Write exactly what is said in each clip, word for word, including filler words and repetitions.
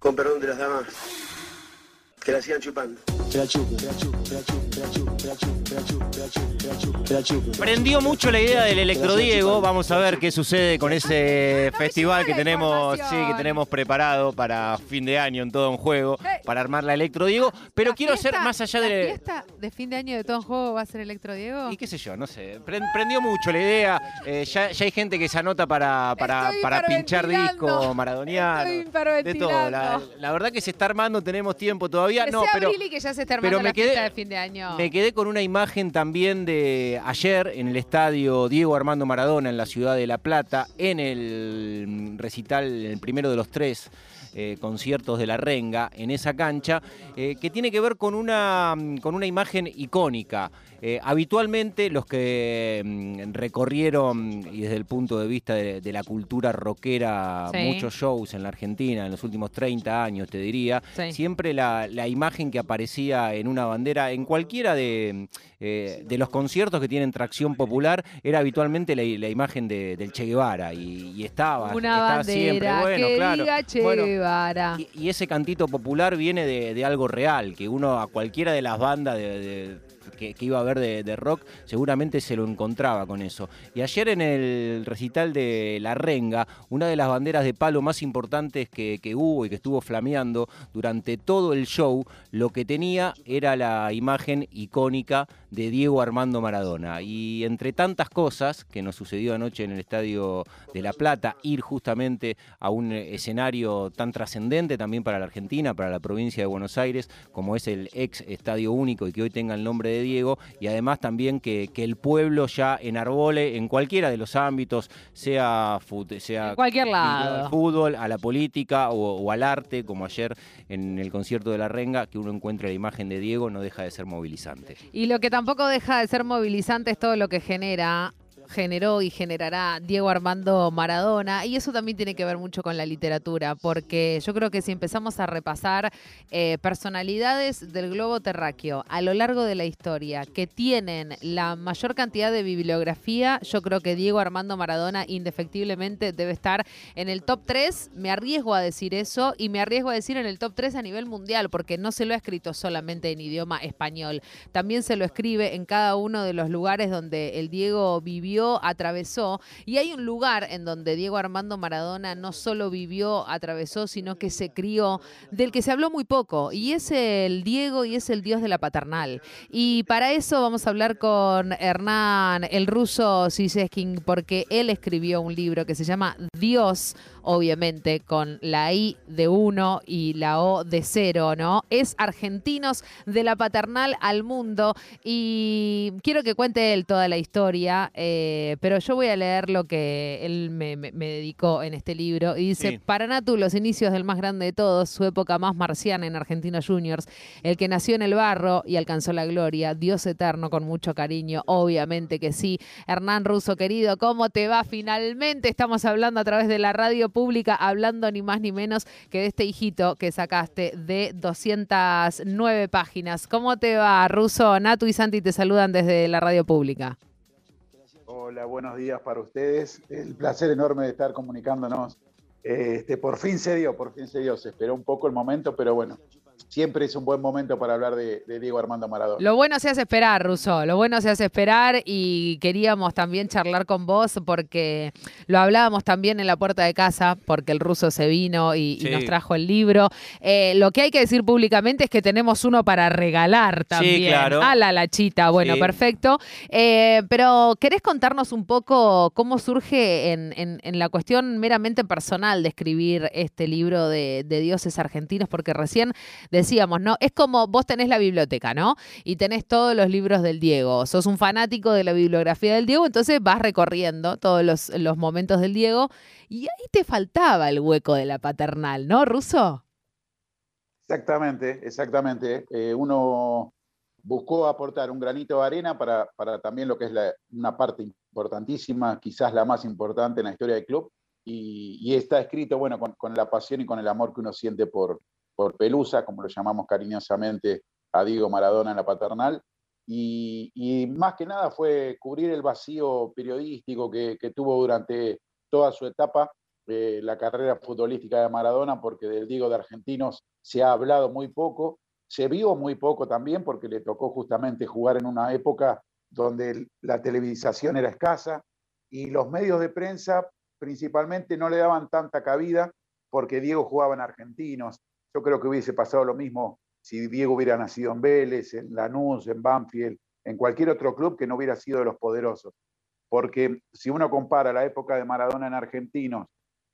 Con perdón de las damas, que la sigan chupando. Que la chupen, que la chupen, que la chupen, que la chupen, que la chupen, que la chupen, que la chupen, que la chupen, que la chupen. Prendió mucho la idea del Electrodiego. Vamos a ver qué sucede con ese festival que tenemos, sí, que tenemos preparado para fin de año en Todo en Juego, para armar la Electrodiego. Pero ¿La quiero fiesta, hacer más allá ¿La de... fiesta de fin de año de Todo en Juego va a ser Electrodiego? Y qué sé yo, no sé. Prendió mucho la idea. Eh, ya, ya hay gente que se anota para, para, para pinchar disco maradoniano. De todo. La, la verdad que se está armando, tenemos tiempo todavía. Que no, sea pero, abril y que ya se esté armando pero me la quedé, fiesta de fin de año. Me quedé con una imagen también de ayer en el estadio Diego Armando Maradona en la ciudad de La Plata, en el recital, el primero de los tres eh, conciertos de La Renga, en esa cancha, eh, que tiene que ver con una, con una imagen icónica. Eh, habitualmente los que mm, recorrieron, y desde el punto de vista de, de la cultura rockera, sí. muchos shows en la Argentina en los últimos treinta años, te diría, sí. siempre la, la imagen que aparecía en una bandera, en cualquiera de, eh, de los conciertos que tienen tracción popular, era habitualmente la, la imagen de, del Che Guevara, y, y estaba, una estaba bandera siempre, bueno, que claro. diga Che bueno, Guevara. Y, y ese cantito popular viene de, de algo real, que uno a cualquiera de las bandas de, de Que, que iba a ver de, de rock, seguramente se lo encontraba con eso. Y ayer en el recital de La Renga, una de las banderas de palo más importantes que, que hubo y que estuvo flameando durante todo el show, lo que tenía era la imagen icónica de Diego Armando Maradona. Y entre tantas cosas que nos sucedió anoche en el Estadio de La Plata, ir justamente a un escenario tan trascendente también para la Argentina, para la provincia de Buenos Aires, como es el ex Estadio Único, y que hoy tenga el nombre de Diego, y además también que, que el pueblo ya enarbole en cualquiera de los ámbitos, sea, fut, sea en cualquier lado, al fútbol, a la política o, o al arte, como ayer en el concierto de La Renga, que uno encuentre la imagen de Diego, no deja de ser movilizante. Y lo que tampoco deja de ser movilizante es todo lo que genera generó y generará Diego Armando Maradona, y eso también tiene que ver mucho con la literatura, porque yo creo que si empezamos a repasar eh, personalidades del globo terráqueo a lo largo de la historia que tienen la mayor cantidad de bibliografía, yo creo que Diego Armando Maradona indefectiblemente debe estar en el top tres, me arriesgo a decir eso, y me arriesgo a decir en el top tres a nivel mundial, porque no se lo ha escrito solamente en idioma español, también se lo escribe en cada uno de los lugares donde el Diego vivió, atravesó, y hay un lugar en donde Diego Armando Maradona no solo vivió, atravesó, sino que se crió, del que se habló muy poco, y es el Diego, y es el dios de la paternal. Y para eso vamos a hablar con Hernán, el ruso Siseskin, porque él escribió un libro que se llama Dios, obviamente con la I de uno y la O de cero, ¿no? Es Argentinos de la paternal al mundo, y quiero que cuente él toda la historia, eh, pero yo voy a leer lo que él me, me, me dedicó en este libro, y dice: sí. Paranatu, los inicios del más grande de todos, su época más marciana en Argentinos Juniors, el que nació en el barro y alcanzó la gloria, Dios eterno con mucho cariño, obviamente que sí. Hernán Russo, querido, ¿cómo te va? Finalmente estamos hablando a través de la radio pública, hablando ni más ni menos que de este hijito que sacaste de doscientas nueve páginas. ¿Cómo te va, Russo? Natu y Santi te saludan desde la radio pública. Hola, buenos días para ustedes. El placer enorme de estar comunicándonos. Este, por fin se dio, por fin se dio. Se esperó un poco el momento, pero bueno, siempre es un buen momento para hablar de, de Diego Armando Maradona. Lo bueno se hace esperar, Russo, lo bueno se hace esperar, y queríamos también charlar con vos porque lo hablábamos también en la puerta de casa, porque el Russo se vino y, sí. y nos trajo el libro. Eh, lo que hay que decir públicamente es que tenemos uno para regalar también. Sí, claro. A la lachita, bueno, sí. Perfecto. Eh, pero, ¿querés contarnos un poco cómo surge en, en, en la cuestión meramente personal de escribir este libro de, de dioses argentinos? Porque recién decíamos, ¿no? Es como vos tenés la biblioteca, ¿no? Y tenés todos los libros del Diego. Sos un fanático de la bibliografía del Diego, entonces vas recorriendo todos los, los momentos del Diego, y ahí te faltaba el hueco de la paternal, ¿no, Russo? Exactamente, exactamente. Eh, uno buscó aportar un granito de arena para, para también lo que es la, una parte importantísima, quizás la más importante en la historia del club, y, y está escrito, bueno, con, con la pasión y con el amor que uno siente por por Pelusa, como lo llamamos cariñosamente a Diego Maradona en la paternal, y, y más que nada fue cubrir el vacío periodístico que, que tuvo durante toda su etapa, eh, la carrera futbolística de Maradona, porque del Diego de Argentinos se ha hablado muy poco, se vio muy poco también, porque le tocó justamente jugar en una época donde la televisación era escasa y los medios de prensa principalmente no le daban tanta cabida porque Diego jugaba en Argentinos. Yo creo que hubiese pasado lo mismo si Diego hubiera nacido en Vélez, en Lanús, en Banfield, en cualquier otro club que no hubiera sido de los poderosos. Porque si uno compara la época de Maradona en Argentinos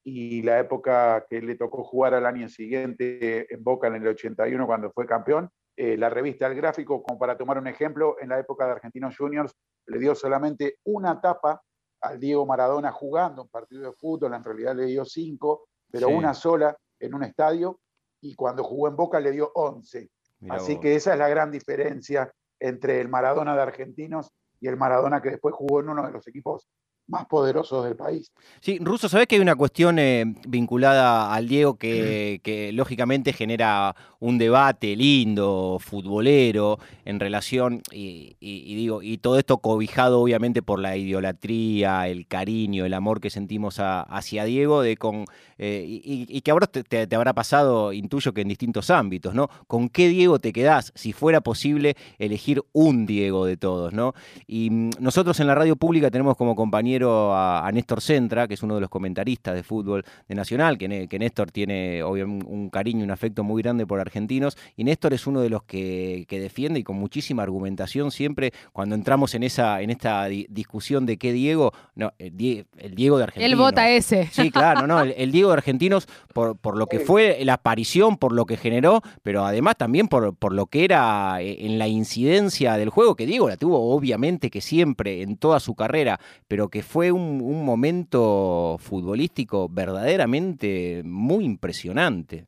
y la época que le tocó jugar al año siguiente en Boca en el ochenta y uno cuando fue campeón, eh, la revista El Gráfico, como para tomar un ejemplo, en la época de Argentinos Juniors le dio solamente una tapa al Diego Maradona jugando un partido de fútbol, en realidad le dio cinco, pero sí, una sola en un estadio, y cuando jugó en Boca le dio once. Mirá Así vos. que esa es la gran diferencia entre el Maradona de Argentinos y el Maradona que después jugó en uno de los equipos más poderosos del país. Sí, Russo, ¿sabés que hay una cuestión eh, vinculada al Diego que, que lógicamente genera un debate lindo, futbolero, en relación, y, y, y digo, y todo esto cobijado obviamente por la idolatría, el cariño, el amor que sentimos a, hacia Diego, de con eh, y, y que ahora te, te, te habrá pasado, intuyo que en distintos ámbitos, ¿no? ¿Con qué Diego te quedás, si fuera posible elegir un Diego de todos, ¿no? Y mm, nosotros en la radio pública tenemos como compañero A, a Néstor Centra, que es uno de los comentaristas de fútbol de Nacional, que, que Néstor tiene obviamente un, un cariño y un afecto muy grande por argentinos, y Néstor es uno de los que, que defiende y con muchísima argumentación siempre cuando entramos en esa en esta di discusión de qué Diego, no, el, Die, el Diego de Argentinos. Él vota ese. Sí, claro, no, el, el Diego de Argentinos por, por lo que fue la aparición, por lo que generó, pero además también por, por lo que era en la incidencia del juego, que Diego la tuvo obviamente que siempre en toda su carrera, pero que fue un, un momento futbolístico verdaderamente muy impresionante.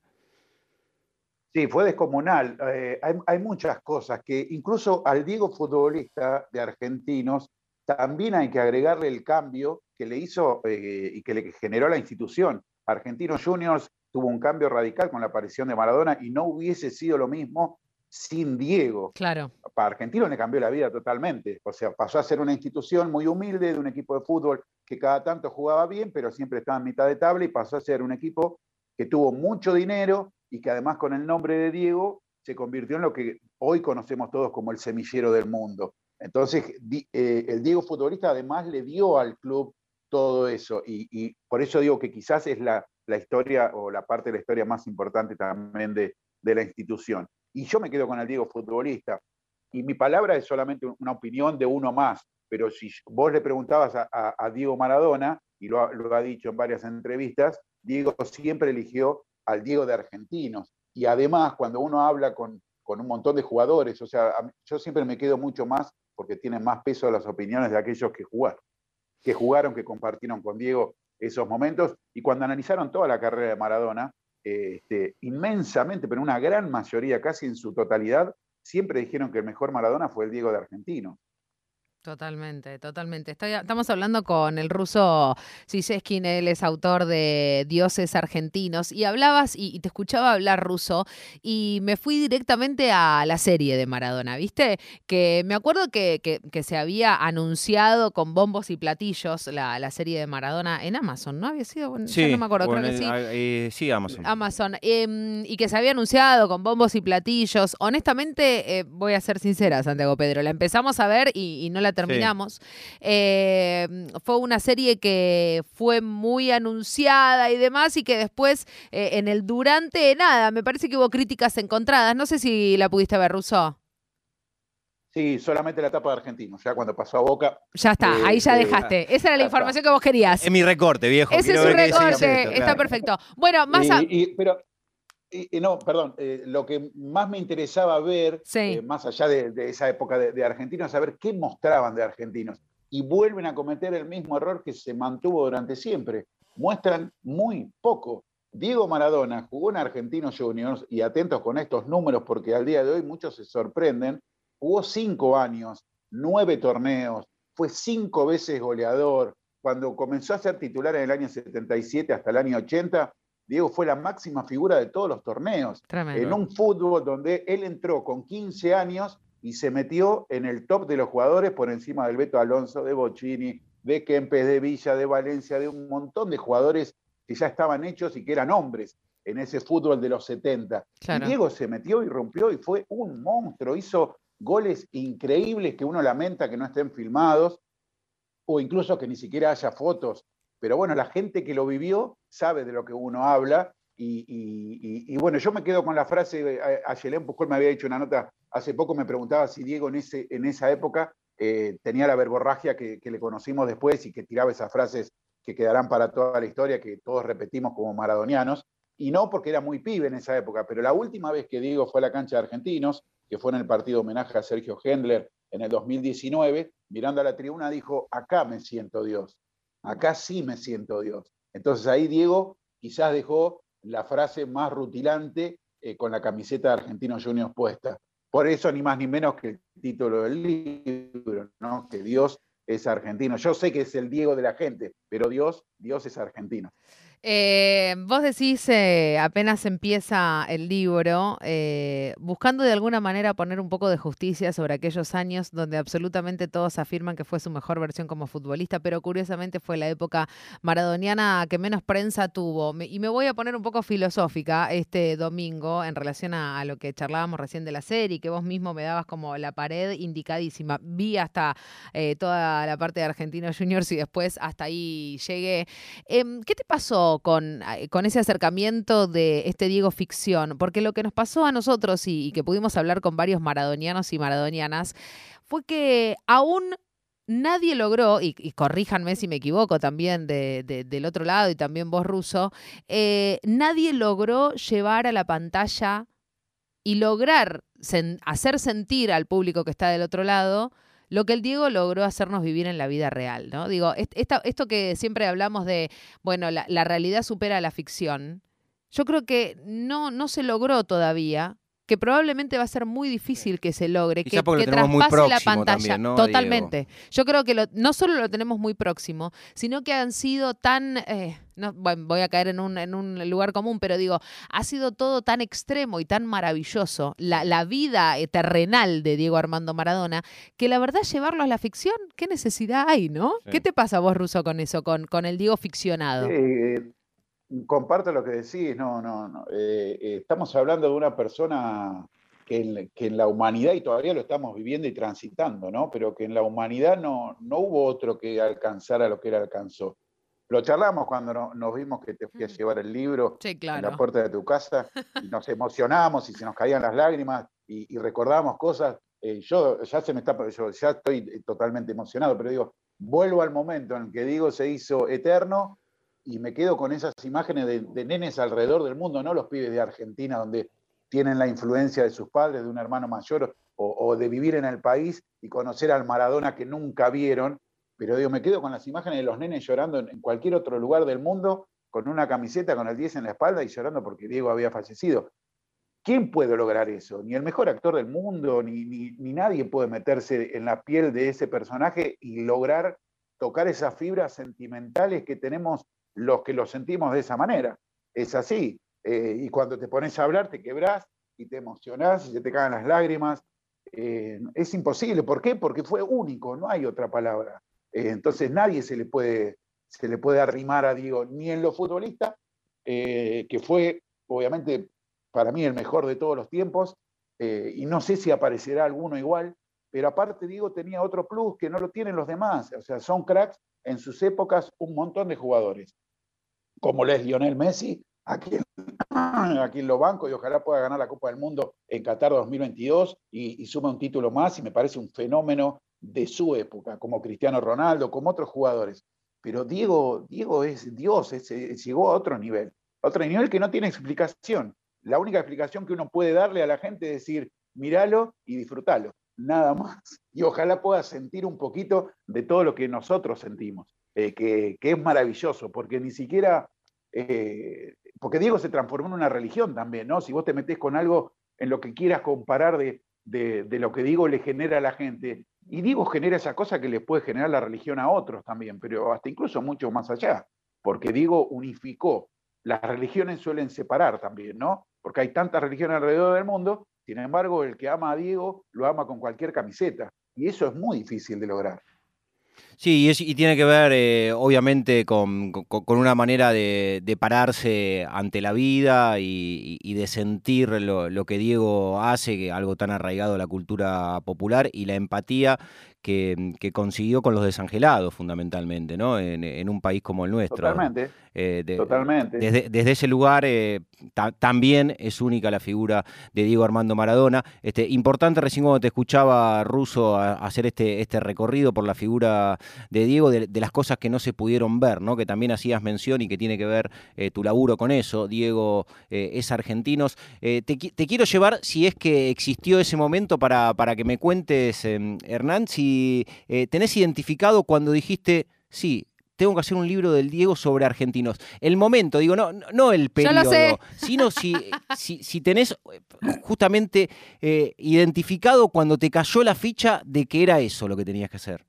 Sí, fue descomunal. Eh, hay, hay muchas cosas que incluso al Diego futbolista de Argentinos también hay que agregarle el cambio que le hizo eh, y que le generó la institución. Argentinos Juniors tuvo un cambio radical con la aparición de Maradona y no hubiese sido lo mismo sin Diego. Claro. Para Argentinos le cambió la vida totalmente. O sea, pasó a ser una institución muy humilde, de un equipo de fútbol que cada tanto jugaba bien, pero siempre estaba en mitad de tabla, y pasó a ser un equipo que tuvo mucho dinero y que además con el nombre de Diego se convirtió en lo que hoy conocemos todos como el semillero del mundo. Entonces, eh, el Diego futbolista además le dio al club todo eso, y, y por eso digo que quizás es la, la historia o la parte de la historia más importante también de, de la institución. Y yo me quedo con el Diego futbolista. Y mi palabra es solamente una opinión de uno más. Pero si vos le preguntabas a, a, a Diego Maradona, y lo ha, lo ha dicho en varias entrevistas, Diego siempre eligió al Diego de Argentinos. Y además, cuando uno habla con, con un montón de jugadores, o sea, yo siempre me quedo mucho más porque tienen más peso las opiniones de aquellos que jugaron, que jugaron, que compartieron con Diego esos momentos. Y cuando analizaron toda la carrera de Maradona, Este, inmensamente, pero una gran mayoría, casi en su totalidad, siempre dijeron que el mejor Maradona fue el Diego de Argentino. Totalmente, totalmente. Estoy, estamos hablando con el ruso Siseskin, él es autor de Dioses Argentinos, y hablabas, y, y te escuchaba hablar ruso, y me fui directamente a la serie de Maradona, ¿viste? Que me acuerdo que, que, que se había anunciado con bombos y platillos la, la serie de Maradona en Amazon, ¿no? Había sido, bueno, sí, no me acuerdo, creo el, que sí. Eh, sí, Amazon. Amazon, eh, y que se había anunciado con bombos y platillos. Honestamente, eh, voy a ser sincera, Santiago Pedro, la empezamos a ver y, y no la terminamos. Sí. Eh, fue una serie que fue muy anunciada y demás, y que después, eh, en el durante, nada, me parece que hubo críticas encontradas. No sé si la pudiste ver, Russo. Sí, solamente la etapa de Argentinos, ya cuando pasó a Boca. Ya está, eh, ahí ya eh, dejaste. Esa era la información está. que vos querías. Es mi recorte, viejo. Ese Quiero es su recorte, esto, está claro. perfecto. Bueno, más y, a... y, pero, y, y no, perdón, eh, lo que más me interesaba ver, sí. eh, más allá de, de esa época de, de Argentinos, saber qué mostraban de Argentinos. Y vuelven a cometer el mismo error que se mantuvo durante siempre. Muestran muy poco. Diego Maradona jugó en Argentinos Juniors, y atentos con estos números porque al día de hoy muchos se sorprenden. Jugó cinco años, nueve torneos, fue cinco veces goleador. Cuando comenzó a ser titular en el año setenta y siete hasta el año ochenta, Diego fue la máxima figura de todos los torneos. Tremendo. En un fútbol donde él entró con quince años y se metió en el top de los jugadores por encima del Beto Alonso, de Bocini, de Kempes, de Villa, de Valencia, de un montón de jugadores que ya estaban hechos y que eran hombres en ese fútbol de los setenta. Claro. Y Diego se metió y rompió y fue un monstruo, hizo goles increíbles que uno lamenta que no estén filmados, o incluso que ni siquiera haya fotos, pero bueno, la gente que lo vivió sabe de lo que uno habla, y, y, y, y bueno, yo me quedo con la frase, Ayelén Pujol me había hecho una nota hace poco, me preguntaba si Diego en, ese, en esa época eh, tenía la verborragia que, que le conocimos después y que tiraba esas frases que quedarán para toda la historia, que todos repetimos como maradonianos, y no porque era muy pibe en esa época, pero la última vez que Diego fue a la cancha de Argentinos, que fue en el partido homenaje a Sergio Hendler en el dos mil diecinueve, mirando a la tribuna dijo, acá me siento Dios, acá sí me siento Dios. Entonces ahí Diego quizás dejó la frase más rutilante eh, con la camiseta de Argentinos Juniors puesta. Por eso ni más ni menos que el título del libro, ¿no? Que Dios es argentino. Yo sé que es el Diego de la gente, pero Dios, Dios es argentino. Eh, vos decís, eh, apenas empieza el libro, eh, buscando de alguna manera poner un poco de justicia sobre aquellos años donde absolutamente todos afirman que fue su mejor versión como futbolista, pero curiosamente fue la época maradoniana que menos prensa tuvo. Me, y me voy a poner un poco filosófica este domingo en relación a, a lo que charlábamos recién de la serie, que vos mismo me dabas como la pared indicadísima. Vi hasta eh, toda la parte de Argentinos Juniors y después hasta ahí llegué. Eh, ¿Qué te pasó Con, con ese acercamiento de este Diego ficción? Porque lo que nos pasó a nosotros y, y que pudimos hablar con varios maradonianos y maradonianas fue que aún nadie logró, y, y corríjanme si me equivoco también de, de, del otro lado y también vos, Russo, eh, nadie logró llevar a la pantalla y lograr sen, hacer sentir al público que está del otro lado lo que el Diego logró hacernos vivir en la vida real, ¿no? Digo, esta, esto que siempre hablamos de, bueno, la, la realidad supera la ficción, yo creo que no, no se logró todavía, que probablemente va a ser muy difícil que se logre, Quizá que, que traspase la pantalla. También, ¿no? Totalmente. Diego. Yo creo que lo, no solo lo tenemos muy próximo, sino que han sido tan... Eh, no, bueno, voy a caer en un, en un lugar común, pero digo, ha sido todo tan extremo y tan maravilloso, la, la vida terrenal de Diego Armando Maradona, que la verdad llevarlo a la ficción, ¿qué necesidad hay, no? Sí. ¿Qué te pasa vos, Russo, con eso, con, con el Diego ficcionado? Eh, comparto lo que decís, no, no, no. Eh, eh, estamos hablando de una persona que en, que en la humanidad, y todavía lo estamos viviendo y transitando, ¿no? Pero que en la humanidad no, no hubo otro que alcanzara lo que él alcanzó. Lo charlamos cuando no, nos vimos que te fui a llevar el libro sí, claro. en la puerta de tu casa, y nos emocionamos y se nos caían las lágrimas y, y recordábamos cosas. Eh, yo ya se me está, yo ya estoy totalmente emocionado, pero digo, vuelvo al momento en el que Diego se hizo eterno y me quedo con esas imágenes de, de nenes alrededor del mundo, no los pibes de Argentina, donde tienen la influencia de sus padres, de un hermano mayor, o, o de vivir en el país y conocer al Maradona que nunca vieron. Pero digo, me quedo con las imágenes de los nenes llorando en, en cualquier otro lugar del mundo, con una camiseta con el diez en la espalda y llorando porque Diego había fallecido. ¿Quién puede lograr eso? Ni el mejor actor del mundo, ni, ni, ni nadie puede meterse en la piel de ese personaje y lograr tocar esas fibras sentimentales que tenemos los que lo sentimos de esa manera. Es así. Eh, y cuando te pones a hablar, te quebrás y te emocionás y se te caen las lágrimas. Eh, es imposible. ¿Por qué? Porque fue único, no hay otra palabra. Eh, entonces nadie se le puede, se le puede arrimar a Diego, ni en lo futbolista, eh, que fue obviamente para mí el mejor de todos los tiempos, eh, y no sé si aparecerá alguno igual, pero aparte Diego tenía otro plus que no lo tienen los demás. O sea, son cracks en sus épocas un montón de jugadores, como lo es Lionel Messi, a quien, a quien lo banco y ojalá pueda ganar la Copa del Mundo en Qatar dos mil veintidós y, y suma un título más, y me parece un fenómeno de su época, como Cristiano Ronaldo, como otros jugadores. Pero Diego, Diego es Dios, es, es, llegó a otro nivel, a otro nivel que no tiene explicación. La única explicación que uno puede darle a la gente es decir, míralo y disfrútalo, nada más. Y ojalá pueda sentir un poquito de todo lo que nosotros sentimos, eh, que, que es maravilloso, porque ni siquiera, eh, porque Diego se transformó en una religión también, ¿no? Si vos te metés con algo en lo que quieras comparar de, de, de lo que Diego le genera a la gente, y Diego genera esa cosa que le puede generar la religión a otros también, pero hasta incluso mucho más allá, porque Diego unificó. Las religiones suelen separar también, ¿no? Porque hay tantas religiones alrededor del mundo, sin embargo, el que ama a Diego lo ama con cualquier camiseta, y eso es muy difícil de lograr. Sí, y, es, y tiene que ver, eh, obviamente, con, con- con una manera de, de pararse ante la vida y, y de sentir lo, lo que Diego hace, que algo tan arraigado a la cultura popular, y la empatía que, que consiguió con los desangelados, fundamentalmente, ¿no? En, en un país como el nuestro. Totalmente, Eh, de- totalmente. desde, desde ese lugar eh, ta- también es única la figura de Diego Armando Maradona. Este, importante, recién cuando te escuchaba, Russo, a- hacer este, este recorrido por la figura de Diego, de, de las cosas que no se pudieron ver, ¿no? Que también hacías mención y que tiene que ver eh, tu laburo con eso. Diego eh, es argentino. Eh, te, qui- te quiero llevar, si es que existió ese momento, para, para que me cuentes, eh, Hernán, si eh, tenés identificado cuando dijiste, sí, tengo que hacer un libro del Diego sobre argentinos. El momento, digo, no, no, no el Yo lo sé. periodo, sino si, si, si tenés eh, justamente eh, identificado cuando te cayó la ficha de que era eso lo que tenías que hacer.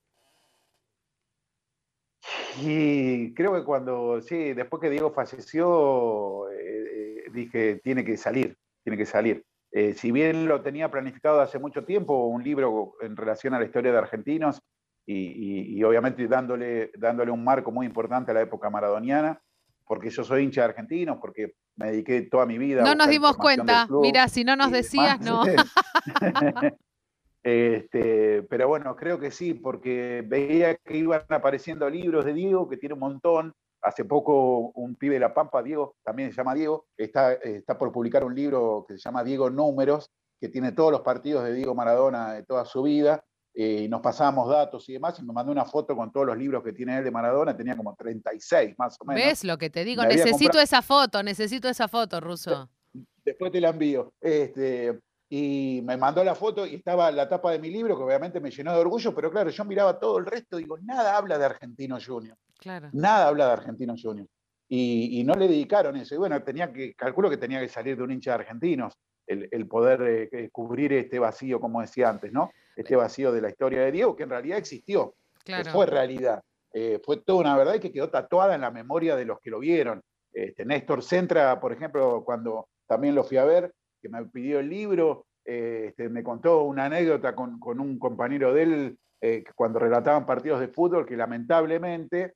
Y creo que cuando, sí, después que Diego falleció, eh, eh, dije, tiene que salir, tiene que salir. Eh, si bien lo tenía planificado hace mucho tiempo, un libro en relación a la historia de argentinos y, y- y obviamente dándole, dándole un marco muy importante a la época maradoniana, porque yo soy hincha de argentinos, porque me dediqué toda mi vida a No nos buscar dimos información del cuenta. club Mira, si no nos y demás. decías, no. Este, pero bueno, creo que sí, porque veía que iban apareciendo libros de Diego, que tiene un montón. Hace poco un pibe de La Pampa, Diego, también se llama Diego, está, está por publicar un libro que se llama Diego Números, que tiene todos los partidos de Diego Maradona de toda su vida, eh, y nos pasábamos datos y demás, y me mandó una foto con todos los libros que tiene él de Maradona, tenía como treinta y seis más o menos. ¿Ves lo que te digo? Me había Necesito comprado, esa foto, necesito esa foto, Russo. después te la envío. Este, y me mandó la foto y estaba la tapa de mi libro, que obviamente me llenó de orgullo, pero claro, yo miraba todo el resto y digo, nada habla de Argentinos Juniors, Claro. nada habla de Argentinos Juniors. Y, y no le dedicaron eso. Y bueno, tenía que, calculo que tenía que salir de un hincha de argentinos el, el poder eh, cubrir este vacío, como decía antes, ¿no? Este vacío de la historia de Diego, que en realidad existió, que Claro. fue realidad. Eh, fue toda una verdad y que quedó tatuada en la memoria de los que lo vieron. Este, Néstor Centra, por ejemplo, cuando también lo fui a ver, que me pidió el libro, eh, este, me contó una anécdota con, con un compañero de él, eh, cuando relataban partidos de fútbol, que lamentablemente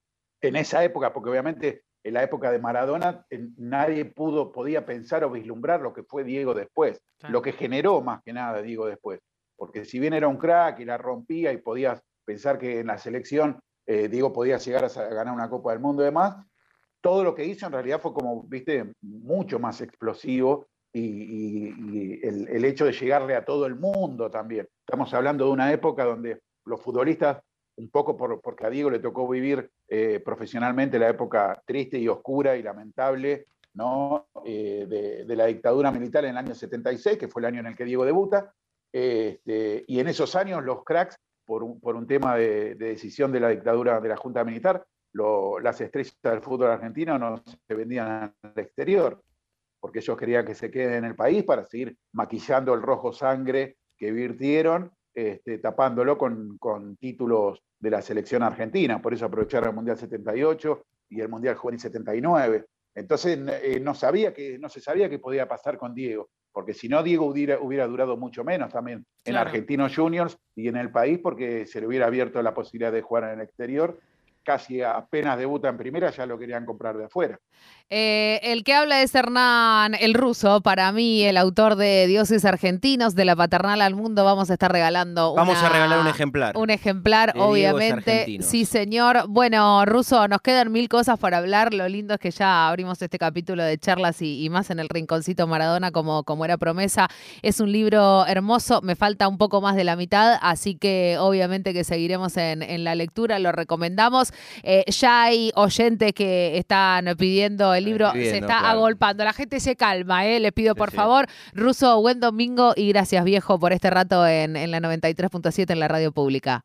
en esa época, porque obviamente en la época de Maradona nadie pudo, podía pensar o vislumbrar lo que fue Diego después, claro, lo que generó más que nada Diego después, porque si bien era un crack y la rompía y podías pensar que en la selección eh, Diego podía llegar a ganar una Copa del Mundo y demás, todo lo que hizo en realidad fue como, viste, mucho más explosivo y, y, y el, el hecho de llegarle a todo el mundo también. Estamos hablando de una época donde los futbolistas, un poco por, porque a Diego le tocó vivir eh, profesionalmente la época triste y oscura y lamentable, ¿no? Eh, de, de la dictadura militar en el año setenta y seis, que fue el año en el que Diego debuta, eh, este, y en esos años los cracks, por un, por un tema de, de decisión de la dictadura de la Junta Militar, lo, las estrellas del fútbol argentino no se vendían al exterior, porque ellos querían que se queden en el país para seguir maquillando el rojo sangre que virtieron, este, tapándolo con, con títulos de la selección argentina. Por eso aprovecharon el Mundial setenta y ocho y el Mundial Juvenil setenta y nueve. Entonces eh, no, sabía que, no se sabía qué podía pasar con Diego, porque si no, Diego hubiera, hubiera durado mucho menos también en Claro. Argentinos Juniors y en el país, porque se le hubiera abierto la posibilidad de jugar en el exterior. Casi apenas debuta en primera, ya lo querían comprar de afuera. Eh, el que habla es Hernán el Ruso, para mí el autor de Dioses Argentinos, de la paternal al mundo. Vamos a estar regalando Vamos una, a regalar un ejemplar. Un ejemplar, de Diegos obviamente. Argentinos. Sí, señor. Bueno, Ruso, nos quedan mil cosas para hablar. Lo lindo es que ya abrimos este capítulo de charlas y, y más en el Rinconcito Maradona, como, como era promesa. Es un libro hermoso, me falta un poco más de la mitad, así que obviamente que seguiremos en, en la lectura, lo recomendamos. Eh, ya hay oyentes que están pidiendo el libro, se está claro. agolpando, la gente se calma, ¿eh? Les pido Sí, por sí. favor. Ruso, buen domingo y gracias, viejo, por este rato en, en la noventa y tres punto siete en la radio pública.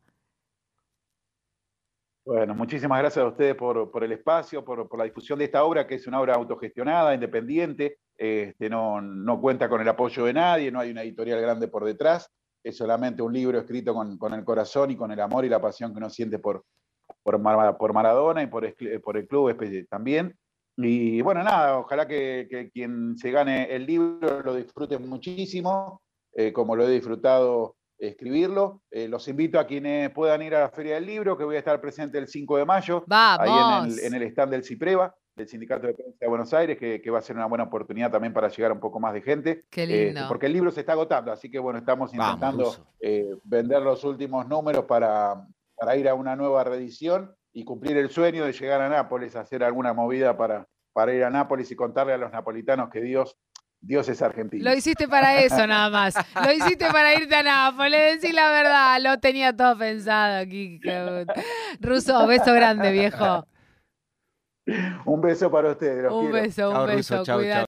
Bueno, muchísimas gracias a ustedes por, por el espacio, por, por la difusión de esta obra, que es una obra autogestionada, independiente, este, no, no cuenta con el apoyo de nadie, no hay una editorial grande por detrás, es solamente un libro escrito con, con el corazón y con el amor y la pasión que uno siente por, por, por Maradona y por, por el club también. Y bueno, nada, ojalá que, que quien se gane el libro lo disfrute muchísimo, eh, como lo he disfrutado escribirlo. Eh, los invito a quienes puedan ir a la Feria del Libro, que voy a estar presente el cinco de mayo, ¡Vamos! ahí en el, en el stand del CIPREVA, del Sindicato de Prensa de Buenos Aires, que, que va a ser una buena oportunidad también para llegar a un poco más de gente. Qué lindo. Eh, porque el libro se está agotando, así que bueno, estamos intentando Vamos, eh, vender los últimos números para, para ir a una nueva reedición y cumplir el sueño de llegar a Nápoles, hacer alguna movida para, para ir a Nápoles y contarle a los napolitanos que Dios, Dios es argentino. Lo hiciste para eso nada más. Lo hiciste para irte a Nápoles, decir la verdad. Lo tenía todo pensado aquí. Russo, beso grande, viejo. Un beso para ustedes. Los Un quiero. beso, un Chao, beso. Russo, chao, Cuidado. chao.